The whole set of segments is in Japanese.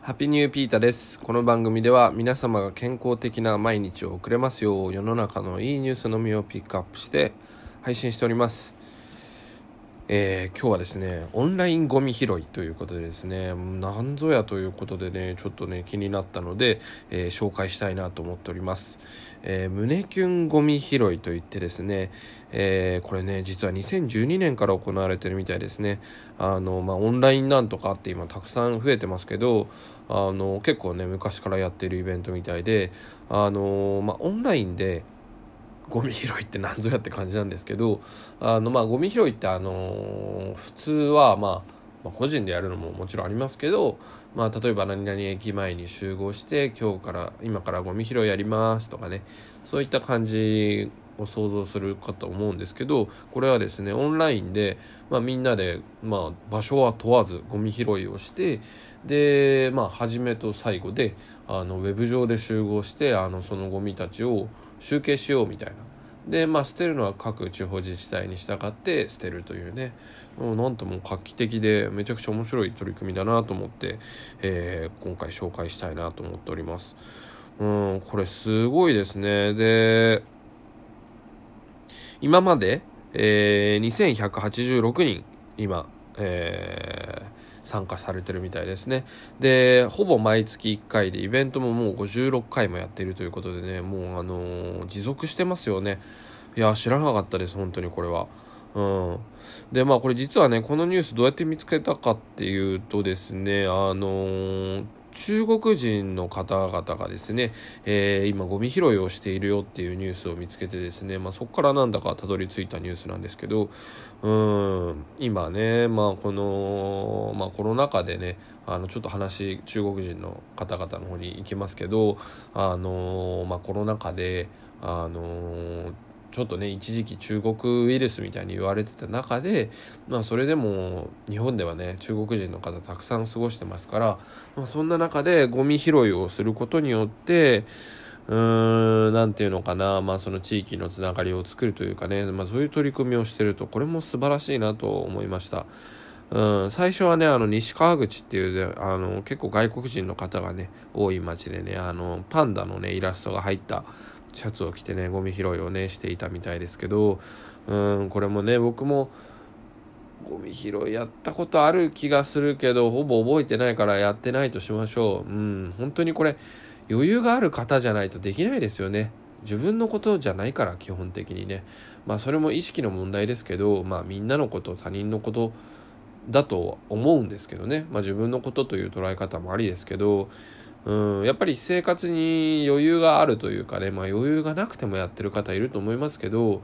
ハッピーニューピーターです。この番組では皆様が健康的な毎日を送れますよう世の中のいいニュースのみをピックアップして配信しております。今日はですねオンラインゴミ拾いということでですね、なんぞやということでねちょっとね気になったので、紹介したいなと思っております。胸キュンゴミ拾いといってですね、これね実は2012年から行われてるみたいですね。オンラインなんとかって今たくさん増えてますけど、結構ね昔からやってるイベントみたいで、オンラインでゴミ拾いって何ぞやって感じなんですけど、ゴミ拾いって普通は個人でやるのももちろんありますけど、例えば何々駅前に集合して今からゴミ拾いやりますとかね、そういった感じを想像するかと思うんですけど、これはですねオンラインで、みんなで、場所は問わずゴミ拾いをして、で初めと最後でウェブ上で集合してそのゴミたちを集計しようみたいな。で捨てるのは各地方自治体に従って捨てるというね、なんとも画期的でめちゃくちゃ面白い取り組みだなと思って、今回紹介したいなと思っております。これすごいですね。で今まで、2186人今、参加されてるみたいですね。でほぼ毎月1回でイベントももう56回もやっているということでね、もう持続してますよね。いや知らなかったです本当にこれは。でこれ実はねこのニュースどうやって見つけたかっていうとですね、中国人の方々がですね、今ゴミ拾いをしているよっていうニュースを見つけてですね、そこからなんだかたどり着いたニュースなんですけど、今ねこの、コロナ禍でねちょっと話中国人の方々の方に行きますけど、コロナ禍でちょっとね一時期中国ウイルスみたいに言われてた中で、それでも日本ではね中国人の方たくさん過ごしてますから、そんな中でゴミ拾いをすることによってなんていうのかな、その地域のつながりを作るというかね、そういう取り組みをしてるとこれも素晴らしいなと思いました。最初はね西川口っていう結構外国人の方がね多い町でねパンダのねイラストが入ったシャツを着てねゴミ拾いをねしていたみたいですけど、これもね僕もゴミ拾いやったことある気がするけどほぼ覚えてないからやってないとしましょう。本当にこれ余裕がある方じゃないとできないですよね。自分のことじゃないから基本的にね、それも意識の問題ですけど、みんなのこと他人のことだと思うんですけどね、自分のことという捉え方もありですけど、やっぱり生活に余裕があるというかね、余裕がなくてもやってる方いると思いますけど、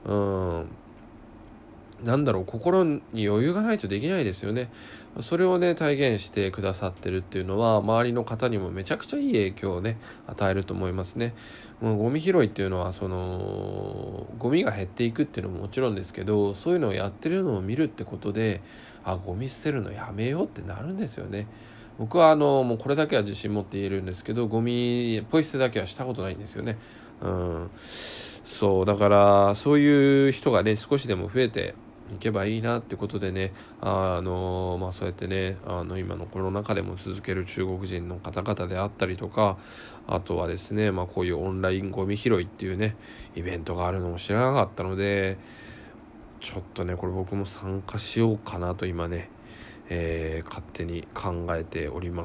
心に余裕がないとできないですよね。それをね体現してくださってるっていうのは周りの方にもめちゃくちゃいい影響をね与えると思いますね。もうゴミ拾いっていうのはゴミが減っていくっていうのももちろんですけど、そういうのをやってるのを見るってことでゴミ捨てるのやめようってなるんですよね。僕はもうこれだけは自信持って言えるんですけど、ゴミポイ捨てだけはしたことないんですよね。そうだからそういう人がね少しでも増えていけばいいなってことでね、そうやってね今のコロナ禍でも続ける中国人の方々であったりとか、あとはですねこういうオンラインゴミ拾いっていうねイベントがあるのも知らなかったので、ちょっとねこれ僕も参加しようかなと今ね、勝手に考えております。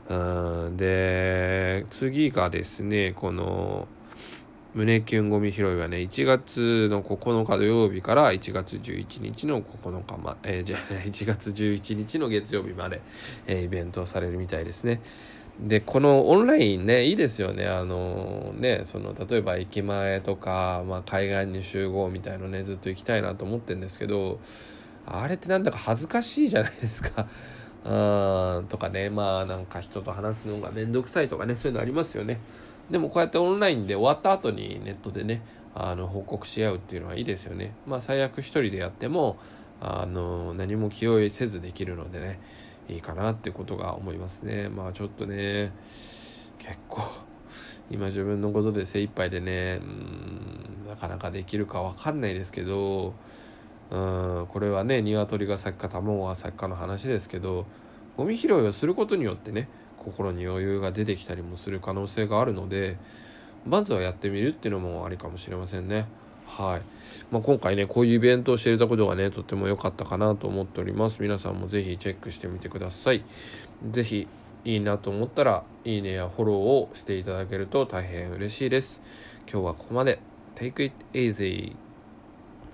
で次がですねこの胸キュンゴミ拾いはね1月の9日土曜日から1月11日の9日1月11日の月曜日まで、イベントをされるみたいですね。でこのオンラインねいいですよね。例えば駅前とか、海岸に集合みたいのねずっと行きたいなと思ってるんですけど、あれってなんだか恥ずかしいじゃないですか。とかね人と話すのがめんどくさいとかね、そういうのありますよね。でもこうやってオンラインで終わった後にネットでね報告し合うっていうのはいいですよね。最悪一人でやっても何も気負いせずできるのでねいいかなってことが思いますね。ちょっとね結構今自分のことで精一杯でねなかなかできるか分かんないですけど、これはね鶏が先か卵が先かの話ですけど、ゴミ拾いをすることによってね心に余裕が出てきたりもする可能性があるので、まずはやってみるっていうのもありかもしれませんね。はい。今回ね、こういうイベントをしていたことがね、とても良かったかなと思っております。皆さんもぜひチェックしてみてください。ぜひいいなと思ったら、いいねやフォローをしていただけると大変嬉しいです。今日はここまで。Take it easy.